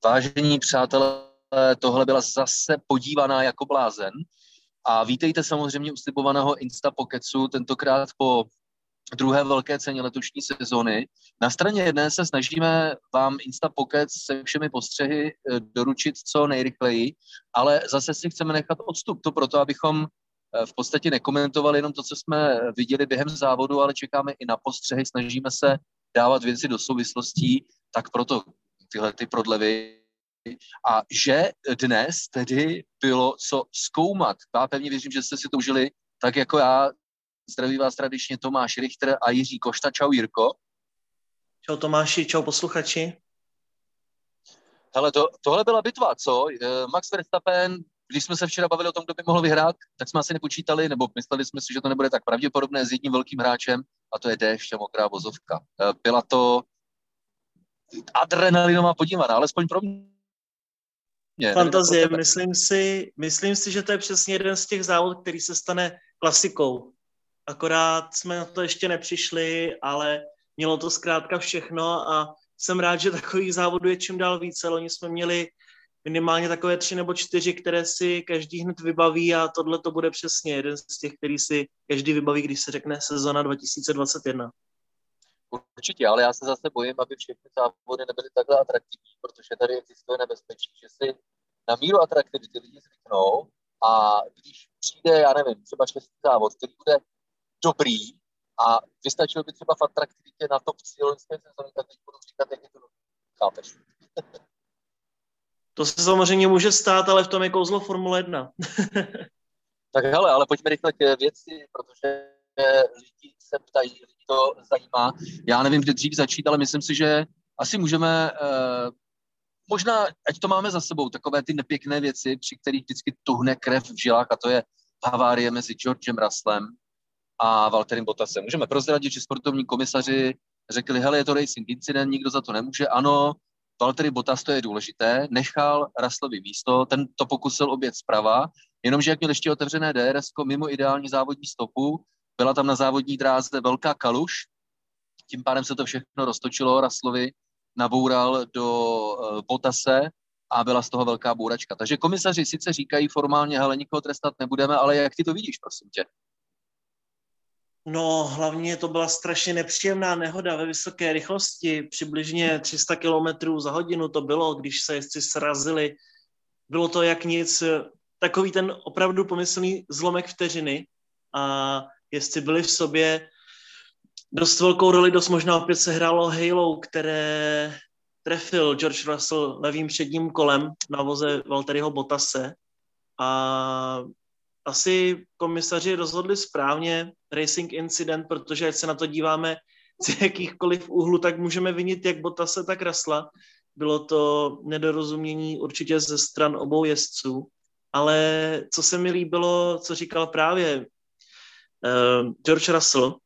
Vážení přátelé, tohle byla zase podívaná jako blázen. A vítejte samozřejmě u slibovaného Insta Pokecu, tentokrát po druhé velké ceně letošní sezony. Na straně jedné se snažíme vám Insta Pokec se všemi postřehy doručit co nejrychleji, ale zase si chceme nechat odstup. To proto, abychom v podstatě nekomentovali jenom to, co jsme viděli během závodu, ale čekáme i na postřehy, snažíme se dávat věci do souvislostí, tak proto tyhle ty prodlevy. A že dnes tedy bylo co zkoumat. Já pevně věřím, že jste si to užili tak jako já. Zdraví vás tradičně Tomáš Richter a Jiří Košta. Čau Jirko. Čau Tomáši, čau posluchači. Hele, tohle byla bitva, co? Max Verstappen, když jsme se včera bavili o tom, kdo by mohl vyhrát, tak jsme asi nepočítali, nebo mysleli jsme si, že to nebude tak pravděpodobné s jedním velkým hráčem, a to je déšť a mokrá vozovka. Byla to adrenalinová podívaná, alespoň pro mě. Fantazie, myslím si, že to je přesně jeden z těch závodů, který se stane klasikou. Akorát jsme na to ještě nepřišli, ale mělo to zkrátka všechno a jsem rád, že takových závodů je čím dál více. Loni jsme měli minimálně takové 3 nebo 4, které si každý hned vybaví a tohle to bude přesně jeden z těch, který si každý vybaví, když se řekne sezona 2021. Určitě, ale já se zase bojím, aby všechny závody nebyly takhle atraktivní, protože tady existuje nebezpečí, že si na míru atraktivity lidi zvyknou a když přijde, já nevím, třeba 6. závod, který bude dobrý a vystačilo by třeba v atraktivitě na top 3 loňské sezóny, tak teď budu říkat, jak je to dobrý. Chápeš? To se samozřejmě může stát, ale v tom je kouzlo Formule 1. Tak hele, ale pojďme rychle k věci, protože lidi se ptají, lidi to zajímá. Já nevím, kde dřív začít, ale myslím si, že asi můžeme, možná, ať to máme za sebou, takové ty nepěkné věci, při kterých vždycky tuhne krev v žilách, a to je havárie mezi Georgem Russellem a Valtterem Bottasem. Můžeme prozradit, že sportovní komisaři řekli, hele, je to racing incident, nikdo za to nemůže. Ano, Valtteri Bottas, to je důležité, nechal Russellovi místo, ten to pokusil obět zprava, jenomže jak měl ještě otevřené DRS mimo ideální závodní stopu, byla tam na závodní dráze velká kaluž, tím pádem se to všechno roztočilo, Russellovi naboural do Bottase a byla z toho velká bouračka. Takže komisaři sice říkají formálně, hele, nikoho trestat nebudeme, ale jak ty to vidíš, prosím tě? No, hlavně to byla strašně nepříjemná nehoda ve vysoké rychlosti, přibližně 300 km za hodinu to bylo, když se jezdci srazili. Bylo to jak nic, takový ten opravdu pomyslný zlomek vteřiny a jezdci byli v sobě. Dost velkou roli, dost možná opět se hrálo halo, které trefil George Russell levým předním kolem na voze Valtteriho Bottase a asi komisaři rozhodli správně, racing incident, protože ať se na to díváme z jakýchkoliv úhlu, tak můžeme vinit jak Bottase, tak Russella. Bylo to nedorozumění určitě ze stran obou jezdců, ale co se mi líbilo, co říkal právě George Russell,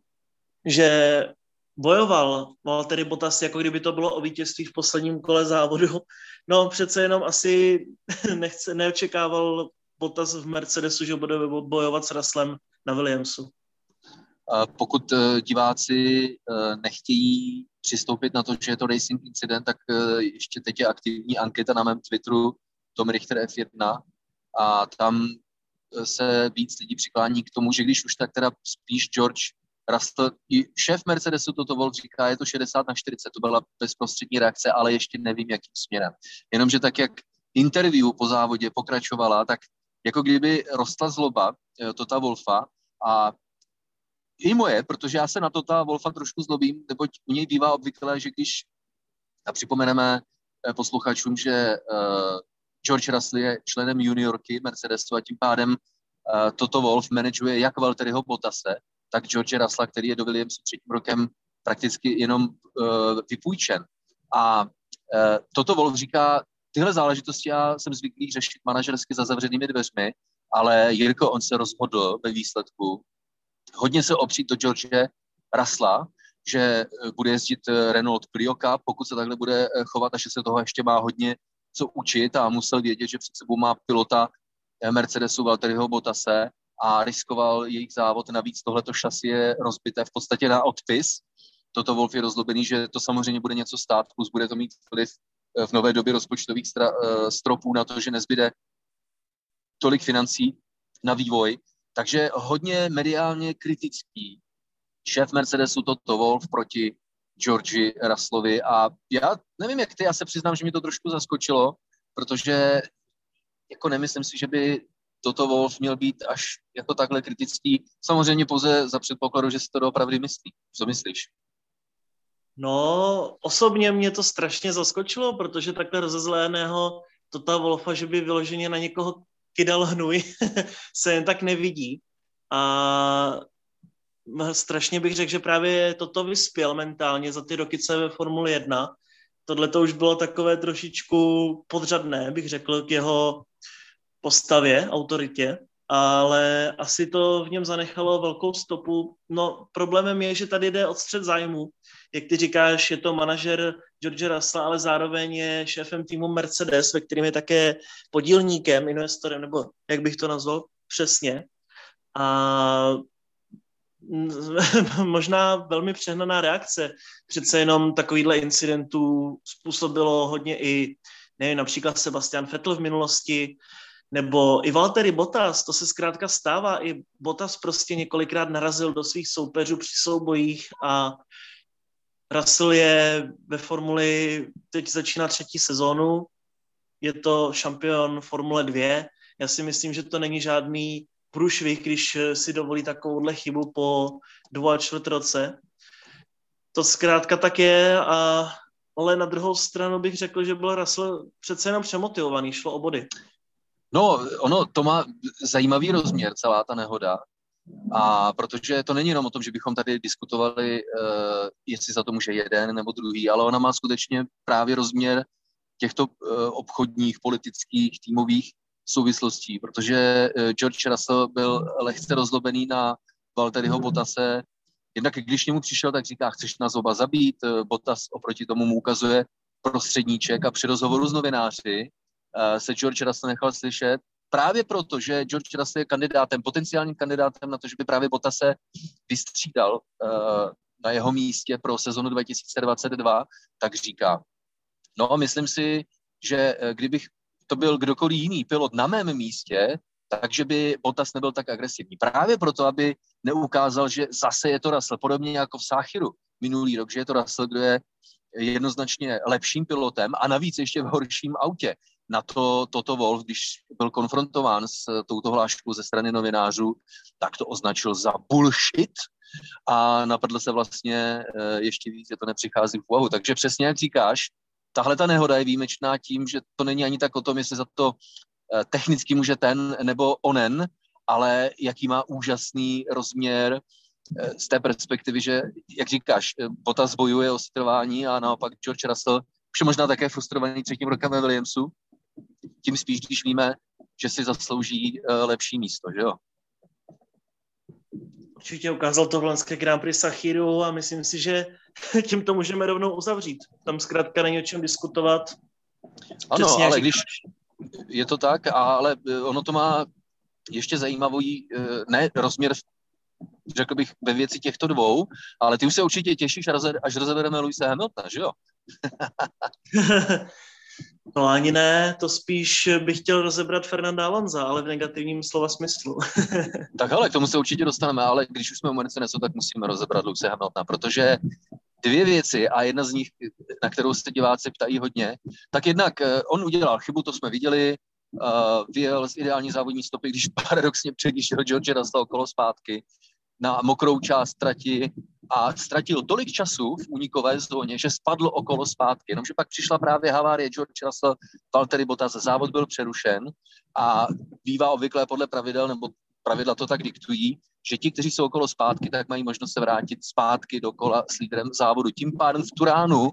že bojoval Valtteri Bottas, jako kdyby to bylo o vítězství v posledním kole závodu. No přece jenom asi neočekával Bottas v Mercedesu, že bude bojovat s Russellem na Williamsu. Pokud diváci nechtějí přistoupit na to, že je to racing incident, tak ještě teď je aktivní anketa na mém Twitteru Tom Richter F1 a tam se víc lidí přiklání k tomu, že když už tak teda spíš George Russell, i šéf Mercedesu toto Wolf říká, je to 60/40, to byla bezprostřední reakce, ale ještě nevím, jakým směrem. Jenomže tak, jak interview po závodě pokračovala, tak jako kdyby rostla zloba Tota Wolfa a i moje, protože já se na Tota Wolfa trošku zlobím, neboť u něj bývá obvyklé, že když, a připomeneme posluchačům, že George Russell je členem juniorky Mercedesu a tím pádem Toto Wolf manažuje jak Valtteriho Bottase, tak George Russella, který je do Williamsu 3. rokem prakticky jenom vypůjčen. A Toto Wolf říká, tyhle záležitosti já jsem zvyklý řešit manažersky za zavřenými dveřmi, ale Jirko, on se rozhodl ve výsledku hodně se opřít do George Russella, že bude jezdit Renault Clio Cup, pokud se takhle bude chovat a že se toho ještě má hodně co učit a musel vědět, že před sebou má pilota Mercedesu Valtteriho Bottase a riskoval jejich závod. Navíc tohleto šasy je rozbité v podstatě na odpis. Toto Wolf je rozlobený, že to samozřejmě bude něco stát, plus bude to mít vliv v nové době rozpočtových stropů na to, že nezbyde tolik financí na vývoj. Takže hodně mediálně kritický šéf Mercedesu Toto Wolff proti Georgi Russellovi a já nevím, jak ty, já se přiznám, že mi to trošku zaskočilo, protože jako nemyslím si, že by Toto Wolff měl být až jako takhle kritický. Samozřejmě pouze za předpokladu, že si to doopravdy myslí. Co myslíš? No, osobně mě to strašně zaskočilo, protože takhle rozezléného Tota Wolffa, že by vyloženě na někoho kydal hnůj, se jen tak nevidí. A strašně bych řekl, že právě toto vyspěl mentálně za ty roky, co je ve Formuli 1. Tohle to už bylo takové trošičku podřadné, bych řekl, k jeho postavě, autoritě, ale asi to v něm zanechalo velkou stopu. No, problémem je, že tady jde o střet zájmu. Jak ty říkáš, je to manažer George Russella, ale zároveň je šéfem týmu Mercedes, ve kterým je také podílníkem, investorem, nebo jak bych to nazval přesně. A možná velmi přehnaná reakce. Přece jenom takovýhle incidentů způsobilo hodně i, nevím, například Sebastian Vettel v minulosti, nebo i Valtteri Bottas, to se zkrátka stává. I Bottas prostě několikrát narazil do svých soupeřů při soubojích a Russell je ve formuli, teď začíná 3. sezónu, je to šampion Formule 2. Já si myslím, že to není žádný průšvih, když si dovolí takovouhle chybu po 2,25 roce. To zkrátka tak je, ale na druhou stranu bych řekl, že byl Russell přece jenom přemotivovaný, šlo o body. No, ono to má zajímavý rozměr, celá ta nehoda. A protože to není jenom o tom, že bychom tady diskutovali, jestli za to může jeden nebo druhý, ale ona má skutečně právě rozměr těchto obchodních, politických, týmových souvislostí, protože George Russell byl lehce rozlobený na Valtteriho Bottase. Jednak když k němu přišel, tak říká, chceš nás oba zabít. Bottas oproti tomu mu ukazuje prostředníček a při rozhovoru s novináři se George Russell nechal slyšet, právě proto, že George Russell je kandidátem, potenciálním kandidátem na to, že by právě Bottase vystřídal na jeho místě pro sezonu 2022, tak říká, no a myslím si, že kdybych to byl kdokoliv jiný pilot na mém místě, takže by Bottas nebyl tak agresivní. Právě proto, aby neukázal, že zase je to Russell, podobně jako v Sáchiru minulý rok, že je to Russell, kdo je jednoznačně lepším pilotem a navíc ještě v horším autě. Na to Toto Wolff, když byl konfrontován s touto hláškou ze strany novinářů, tak to označil za bullshit a napadl se vlastně ještě víc, že to nepřichází v úvahu. Takže přesně jak říkáš, tahle ta nehoda je výjimečná tím, že to není ani tak o tom, jestli za to technicky může ten nebo onen, ale jaký má úžasný rozměr z té perspektivy, že, jak říkáš, Bottas bojuje o setrvání a naopak George Russell už je možná také frustrovaný 3. rokem ve Williamsu, tím spíš, když víme, že si zaslouží lepší místo, že jo? Určitě ukázal to v loňské Grand Prix Sachiru a myslím si, že tím to můžeme rovnou uzavřít. Tam zkrátka není o čem diskutovat. Ano, přesně, ale když je to tak, ale ono to má ještě zajímavý, ne rozměr, řekl bych, ve věci těchto dvou, ale ty už se určitě těšíš, až rozebereme Lewise Hamiltona, že jo? No ani ne, to spíš bych chtěl rozebrat Fernanda Alonsa, ale v negativním slova smyslu. Tak hele, k tomu se určitě dostaneme, ale když už jsme u Mercedesu, tak musíme rozebrat Lewise Hamiltona, protože dvě věci a jedna z nich, na kterou se diváci ptají hodně, tak jednak on udělal chybu, to jsme viděli, vyjel z ideální závodní stopy, když paradoxně předjížděl George Russell okolo zpátky na mokrou část trati a ztratil tolik času v únikové zóně, že spadl okolo zpátky. Jenomže pak přišla právě havárie George Russell, Valtteri Bottas, závod byl přerušen a bývá obvyklé podle pravidel, nebo pravidla to tak diktují, že ti, kteří jsou okolo zpátky, tak mají možnost se vrátit zpátky do kola s lídrem závodu. Tím pádem v Turánu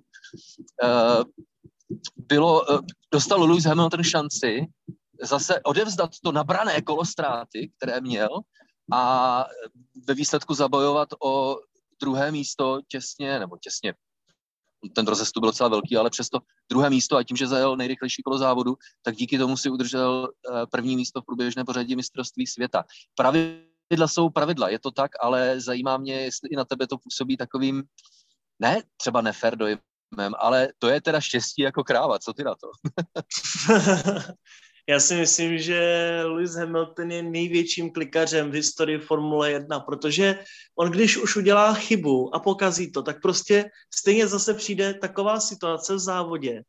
dostal Lewis Hamilton šanci zase odevzdat to nabrané kolo ztráty, které měl, a ve výsledku zabojovat o druhé místo těsně, ten rozestup byl docela velký, ale přesto druhé místo a tím, že zajel nejrychlejší kolo závodu, tak díky tomu si udržel první místo v průběžné pořadí mistrovství světa. Pravidla jsou pravidla, je to tak, ale zajímá mě, jestli i na tebe to působí takovým, ne třeba nefér dojem, ale to je teda štěstí jako kráva, co ty na to? Já si myslím, že Lewis Hamilton je největším klikařem v historii Formule 1, protože on, když už udělá chybu a pokazí to, tak prostě stejně zase přijde taková situace v závodě,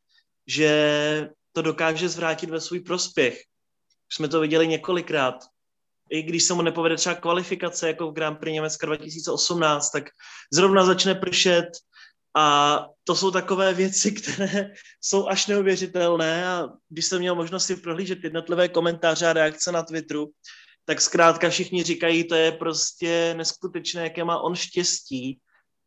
že to dokáže zvrátit ve svůj prospěch. Už jsme to viděli několikrát. I když se mu nepovede třeba kvalifikace, jako v Grand Prix Německa 2018, tak zrovna začne pršet a to jsou takové věci, které jsou až neuvěřitelné a když jsem měl možnost si prohlížet jednotlivé komentáře a reakce na Twitteru, tak zkrátka všichni říkají, to je prostě neskutečné, jaké má on štěstí.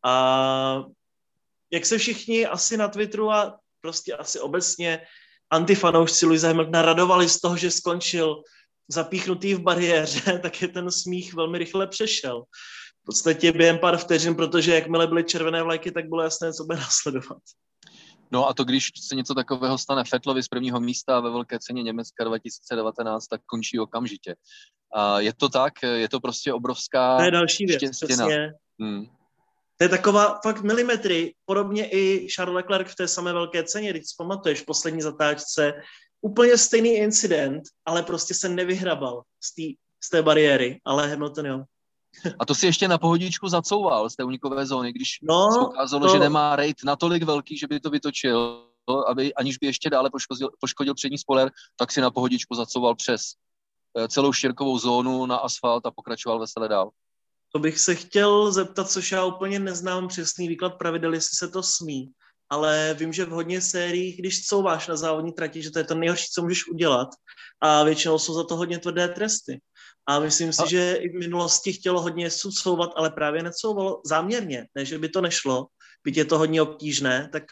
A jak se všichni asi na Twitteru a prostě asi obecně antifanoušci Lewise Hamiltona radovali z toho, že skončil zapíchnutý v bariéře, tak je ten smích velmi rychle přešel. V podstatě během pár vteřin, protože jakmile byly červené vlajky, tak bylo jasné, co bude následovat. No a to, když se něco takového stane Vettlovi z prvního místa ve velké ceně Německa 2019, tak končí okamžitě. A je to tak, je to prostě obrovská to je další věc, štěstina. Přesně. To je taková fakt milimetry, podobně i Charles Leclerc v té samé velké ceně, když si pamatuješ, v poslední zatáčce, úplně stejný incident, ale prostě se nevyhrabal z té bariéry, ale Hamilton jo. A to si ještě na pohodičku zacouval z té únikové zóny, když se ukázalo, že nemá rate natolik velký, že by to vytočil, aniž by ještě dále poškodil přední spoiler, tak si na pohodičku zacouval přes celou štěrkovou zónu na asfalt a pokračoval veselé dál. To bych se chtěl zeptat, což já úplně neznám přesný výklad pravidel, jestli se to smí, ale vím, že v hodně sériích, když couváš na závodní trati, že to je to nejhorší, co můžeš udělat a většinou jsou za to hodně tvrdé tresty. A myslím si, že i v minulosti chtělo hodně jezdců couvat, ale právě necouvalo záměrně, ne, že by to nešlo, byť je to hodně obtížné, tak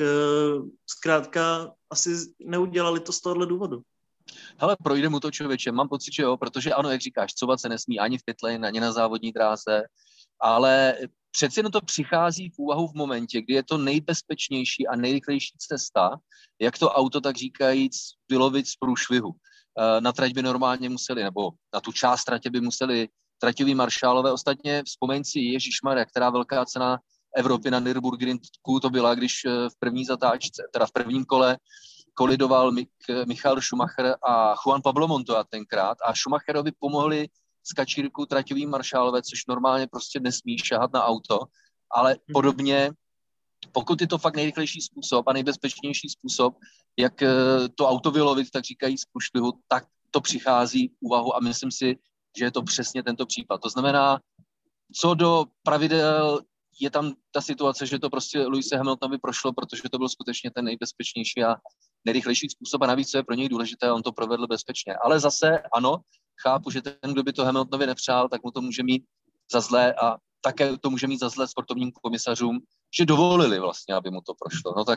zkrátka asi neudělali to z tohohle důvodu. Hele, projde mu to, člověče, mám pocit, že jo, protože ano, jak říkáš, couvat se nesmí ani v pitlane, ani na závodní dráze, ale přeci jenom to přichází v úvahu v momentě, kdy je to nejbezpečnější a nejrychlejší cesta, jak to auto, tak říkajíc, vylovit z průšvihu. Na trať by normálně museli, nebo na tu část tratě by museli traťoví maršálové. Ostatně vzpomeň si, ježišmarja, která velká cena Evropy na Nürburgringu to byla, když v první zatáčce, teda v prvním kole kolidoval Michael Schumacher a Juan Pablo Montoya tenkrát a Schumacherovi pomohli z kačírku traťový maršálové, což normálně prostě nesmí šahat na auto, ale podobně, pokud je to fakt nejrychlejší způsob a nejbezpečnější způsob, jak to auto vylovit, tak říkají z průšvihu, tak to přichází v úvahu a myslím si, že je to přesně tento případ. To znamená, co do pravidel, je tam ta situace, že to prostě Lewise Hamiltonovi prošlo, protože to byl skutečně ten nejbezpečnější a nejrychlejší způsob a navíc, co je pro něj důležité, on to provedl bezpečně. Ale zase ano, chápu, že ten, kdo by to Hamiltonovi nepřál, tak mu to může mít za zlé a také to může mít za zlé sportovním komisařům, že dovolili vlastně, aby mu to prošlo. No tak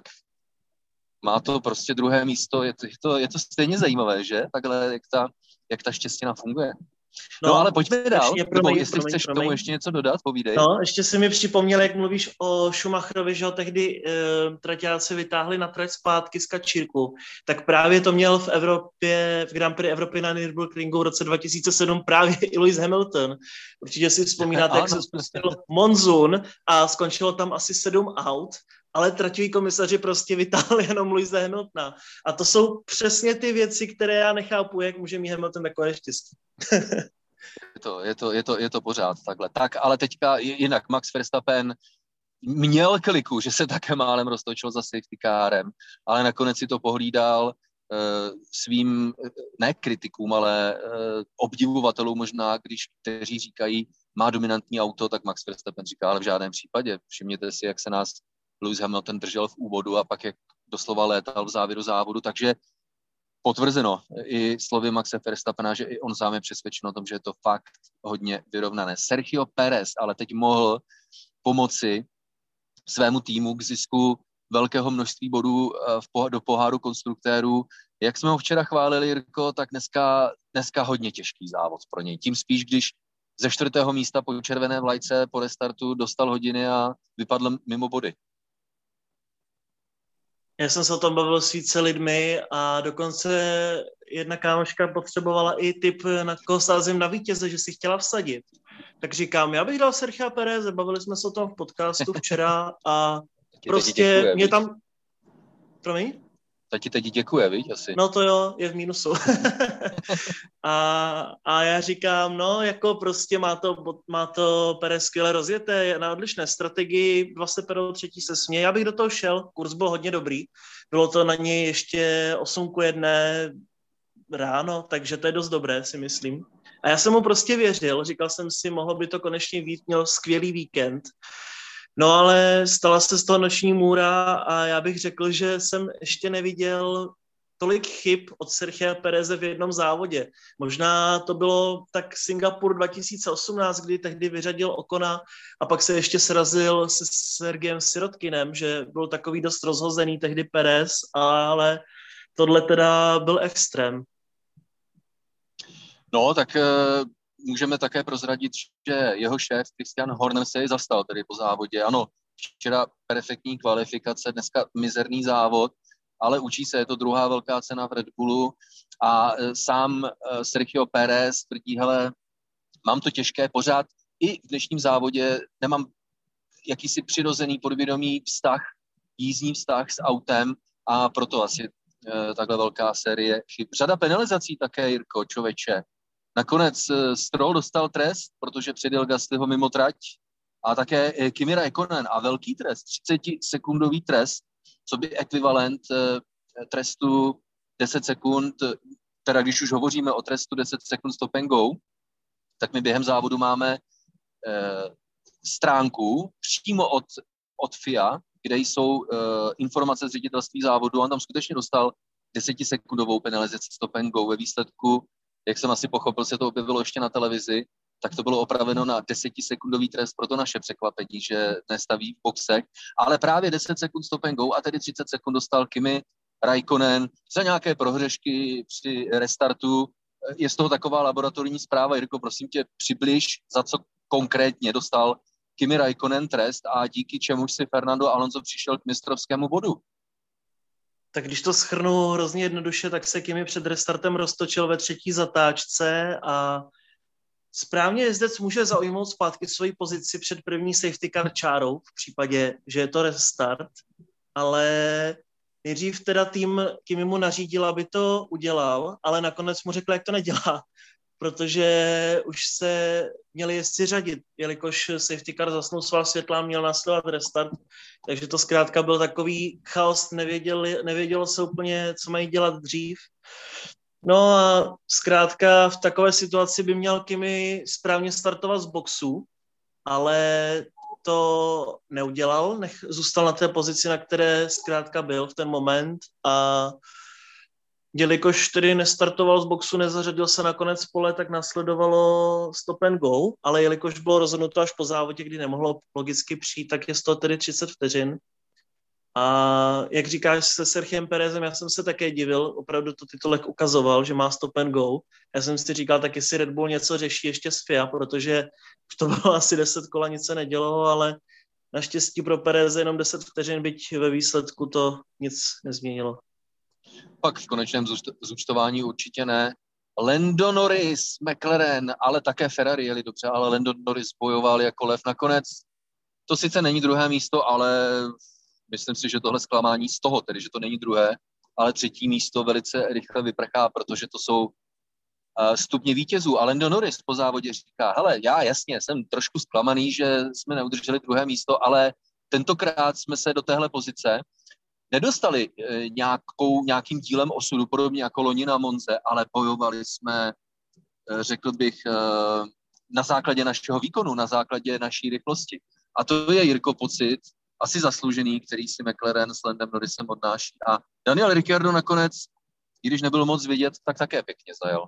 má to prostě druhé místo, je to stejně zajímavé, že? Takhle, jak ta štěstina funguje. No ale pojďme dál, nebo jestli chceš k tomu ještě něco dodat, povídej. No, ještě si mi připomněl, jak mluvíš o Schumacherovi, že ho tehdy traťáci vytáhli na trať zpátky z kačírku, tak právě to měl v Evropě, v Grand Prix Evropy na Nürburgringu v roce 2007 právě i Lewis Hamilton. Určitě si vzpomínáte, jak se spustil monzun a skončilo tam asi 7 aut, ale trativí komisaři prostě vytáhli jenom Lewise Hamiltona. A to jsou přesně ty věci, které já nechápu, jak může mít Hamilton takové štěstí. Je to pořád takhle. Tak, ale teďka jinak Max Verstappen měl kliku, že se také málem roztočil za safety carem, ale nakonec si to pohlídal svým, ne kritikům, ale obdivovatelům možná, kteří říkají, má dominantní auto, tak Max Verstappen říká, ale v žádném případě. Všimněte si, jak se nás Lewis Hamilton držel v úvodu a pak jak doslova létal v závěru závodu, takže potvrzeno i slovy Maxe Verstappena, že i on sám je přesvědčen o tom, že je to fakt hodně vyrovnané. Sergio Pérez ale teď mohl pomoci svému týmu k zisku velkého množství bodů do poháru konstruktérů. Jak jsme ho včera chválili, Jirko, tak dneska hodně těžký závod pro něj. Tím spíš, když ze 4. místa po červené vlajce po restartu dostal hodiny a vypadl mimo body. Já jsem se o tom bavil s více lidmi a dokonce jedna kámoška potřebovala i tip, na koho sázím na vítěze, že si chtěla vsadit. Tak říkám, já bych dal Sergio Pérez, bavili jsme se o tom v podcastu včera a prostě mě tam Promiň? Ta ti teď děkuje, viď, asi. No to jo, je v mínusu. a já říkám, no jako prostě má to Perez skvěle rozjeté, na odlišné strategii, 2 se perou, 3 se směje, já bych do toho šel, kurz byl hodně dobrý, bylo to na něj ještě 8:1 ráno, takže to je dost dobré, si myslím. A já jsem mu prostě věřil, říkal jsem si, mohlo by to konečně být, měl skvělý víkend. No ale stala se z toho noční můra a já bych řekl, že jsem ještě neviděl tolik chyb od Sergia Pereze v jednom závodě. Možná to bylo tak Singapur 2018, kdy tehdy vyřadil Ocona a pak se ještě srazil se Sergiem Sirotkinem, že byl takový dost rozhozený tehdy Perez, ale tohle teda byl extrém. No, tak můžeme také prozradit, že jeho šéf Christian Horner se jej zastal tedy po závodě. Ano, včera perfektní kvalifikace, dneska mizerný závod, ale učí se, je to druhá velká cena v Red Bullu a sám Sergio Pérez tvrdí, hele, mám to těžké pořád, i v dnešním závodě nemám jakýsi přirozený podvědomý vztah, jízdní vztah s autem a proto asi takhle velká série chyb. Řada penalizací také, Jirko, člověče. Nakonec Stroll dostal trest, protože předjel Gaslyho mimo trať a také Kimi Räikkönen a velký trest, 30-sekundový trest, co by ekvivalent trestu 10 sekund, teda když už hovoříme o trestu 10 sekund stop and go, tak my během závodu máme stránku přímo od FIA, kde jsou informace z ředitelství závodu. On tam skutečně dostal 10-sekundovou penalizaci stop and go. Ve výsledku, jak jsem asi pochopil, se to objevilo ještě na televizi, tak to bylo opraveno na 10-sekundový trest pro to naše překvapení, že nestaví v boxech. Ale právě 10 sekund stop and go a tedy 30 sekund dostal Kimi Räikkönen za nějaké prohřešky při restartu. Je z toho taková laboratorní zpráva. Jirko, prosím tě, přibliž, za co konkrétně dostal Kimi Räikkönen trest a díky čemuž si Fernando Alonso přišel k mistrovskému bodu. Tak když to shrnu hrozně jednoduše, tak se Kimi před restartem roztočil ve 3. zatáčce a správně jezdec může zaujmout zpátky svoji pozici před první safety car čárou v případě, že je to restart, ale nejdřív teda tým Kimi mu nařídil, aby to udělal, ale nakonec mu řekl, jak to nedělá, protože už se měli jezdci řadit, jelikož safety car zasnul svá světla, měl následovat restart, takže to zkrátka byl takový chaos, nevědělo se úplně, co mají dělat dřív. No a zkrátka v takové situaci by měl Kimi správně startovat z boxu, ale to neudělal, zůstal na té pozici, na které zkrátka byl v ten moment a jelikož tedy nestartoval z boxu, nezařadil se na konec pole, tak následovalo stop and go, ale jelikož bylo rozhodnuto až po závodě, kdy nemohlo logicky přijít, tak je z toho tedy 30 vteřin. A jak říkáš se Sergiem Pérezem, já jsem se také divil, opravdu to titulek ukazoval, že má stop and go. Já jsem si říkal, tak jestli Red Bull něco řeší ještě s FIA, protože už to bylo asi 10 kola, nic se nedělo, ale naštěstí pro Péreze jenom 10 vteřin, byť ve výsledku to nic nezměnilo. Pak v konečném zúčtování určitě ne. Lando Norris, McLaren, ale také Ferrari jeli dobře, ale Lando Norris bojoval jako lev. Nakonec to sice není druhé místo, ale myslím si, že tohle zklamání z toho, tedy že to není druhé, ale 3. místo velice rychle vyprchá, protože to jsou stupně vítězů. A Lando Norris po závodě říká, hele, já jasně jsem trošku zklamaný, že jsme neudrželi druhé místo, ale tentokrát jsme se do téhle pozice nedostali nějakým dílem osudu, podobně jako loni na Monze, ale bojovali jsme, řekl bych, na základě našeho výkonu, na základě naší rychlosti. A to je, Jirko, pocit, asi zasloužený, který si McLaren s Landem Norrisem odnáší. A Daniel Ricciardo nakonec, i když nebyl moc vidět, tak také pěkně zajel.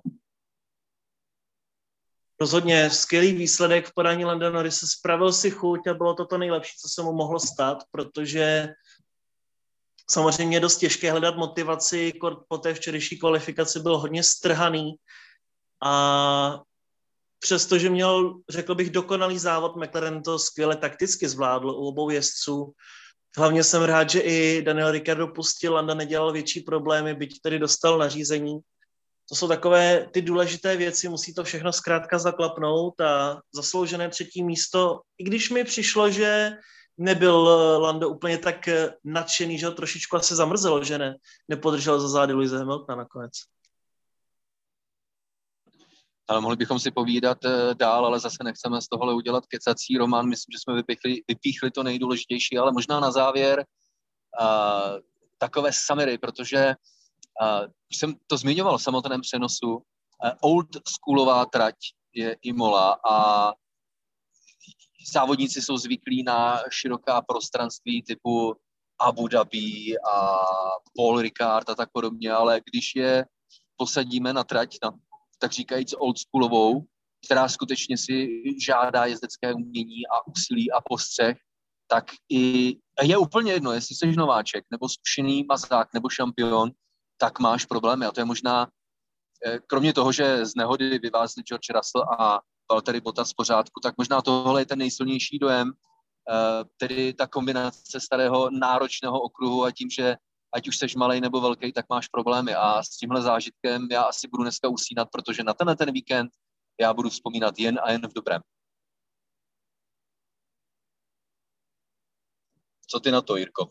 Rozhodně skvělý výsledek v podání Landa Norrise, spravil si chuť a bylo to nejlepší, co se mu mohlo stát, protože samozřejmě je dost těžké hledat motivaci, po té včerejší kvalifikaci byl hodně strhaný a přestože měl, řekl bych, dokonalý závod, McLaren to skvěle takticky zvládl u obou jezdců. Hlavně jsem rád, že i Daniel Ricciardo pustil, Landa nedělal větší problémy, byť tedy dostal nařízení. To jsou takové ty důležité věci, musí to všechno zkrátka zaklapnout a zasloužené 3. místo. I když mi přišlo, že nebyl Lando úplně tak nadšený, že ho trošičku asi zamrzelo, že nepodržel za zády Lewise Hamiltona nakonec. Ale mohli bychom si povídat dál, ale zase nechceme z tohohle udělat kecací román. Myslím, že jsme vypíchli to nejdůležitější, ale možná na závěr takové summary, protože jsem to zmiňoval v samotném přenosu. Old schoolová trať je Imola a závodníci jsou zvyklí na široká prostranství typu Abu Dhabi a Paul Ricard a tak podobně, ale když je posadíme na trať, tak říkajíc oldschoolovou, která skutečně si žádá jezdecké umění a úsilí a postřeh, tak i je úplně jedno, jestli jsi nováček, nebo zkušený mazák, nebo šampion, tak máš problémy. A to je možná, kromě toho, že z nehody vyvázli George Russell a Valtteri Bottas v pořádku, tak možná tohle je ten nejsilnější dojem, tedy ta kombinace starého náročného okruhu a tím, že ať už seš malej nebo velký, tak máš problémy. A s tímhle zážitkem já asi budu dneska usínat, protože na ten víkend já budu vzpomínat jen a jen v dobrém. Co ty na to, Jirko?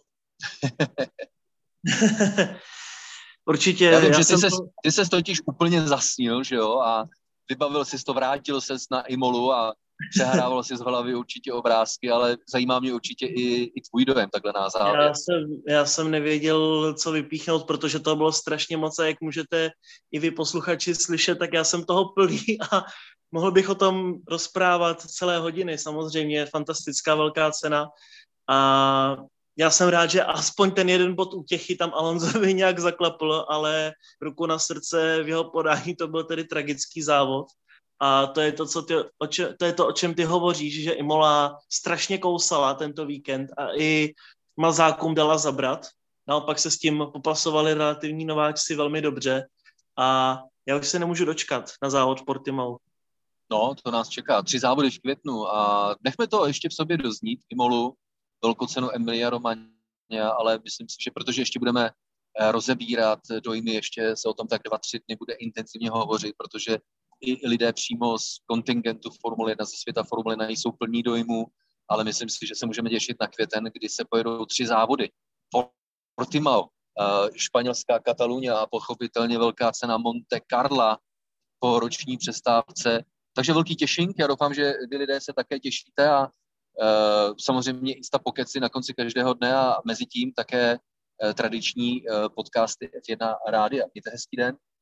Určitě. Já vím, že ty ses totiž úplně zasnil, že jo, a vybavil jsi to, vrátil ses na Imolu a přehrával si z hlavy určitě obrázky, ale zajímá mě určitě i tvůj dojem takhle na závěr. Já jsem nevěděl, co vypíchnout, protože to bylo strašně moc a jak můžete i vy posluchači slyšet, tak já jsem toho plný a mohl bych o tom rozprávat celé hodiny. Samozřejmě fantastická velká cena a já jsem rád, že aspoň ten jeden bod útěchy tam Alonsovi nějak zaklapl, ale ruku na srdce v jeho podání to byl tedy tragický závod. A to je to, o čem ty hovoříš, že Imola strašně kousala tento víkend a i mazákům dala zabrat. Naopak se s tím popasovali relativní nováčci velmi dobře a já už se nemůžu dočkat na závod v Portimao. No, to nás čeká. 3 závody v květnu a nechme to ještě v sobě doznít, Imolu, velkou cenu Emilia Romagna, ale myslím si, že protože ještě budeme rozebírat dojmy, ještě se o tom tak 2-3 dny bude intenzivně hovořit, protože i lidé přímo z kontingentu Formule 1, ze světa Formule 1 jsou plní dojmů, ale myslím si, že se můžeme těšit na květen, kdy se pojedou 3 závody. Portimao, španělská Katalunia a pochopitelně velká cena Monte Carlo po roční přestávce. Takže velký těšink, já doufám, že vy lidé se také těšíte a samozřejmě Insta pokeci na konci každého dne a mezi tím také tradiční podcasty F1 rádia. Mějte hezký den.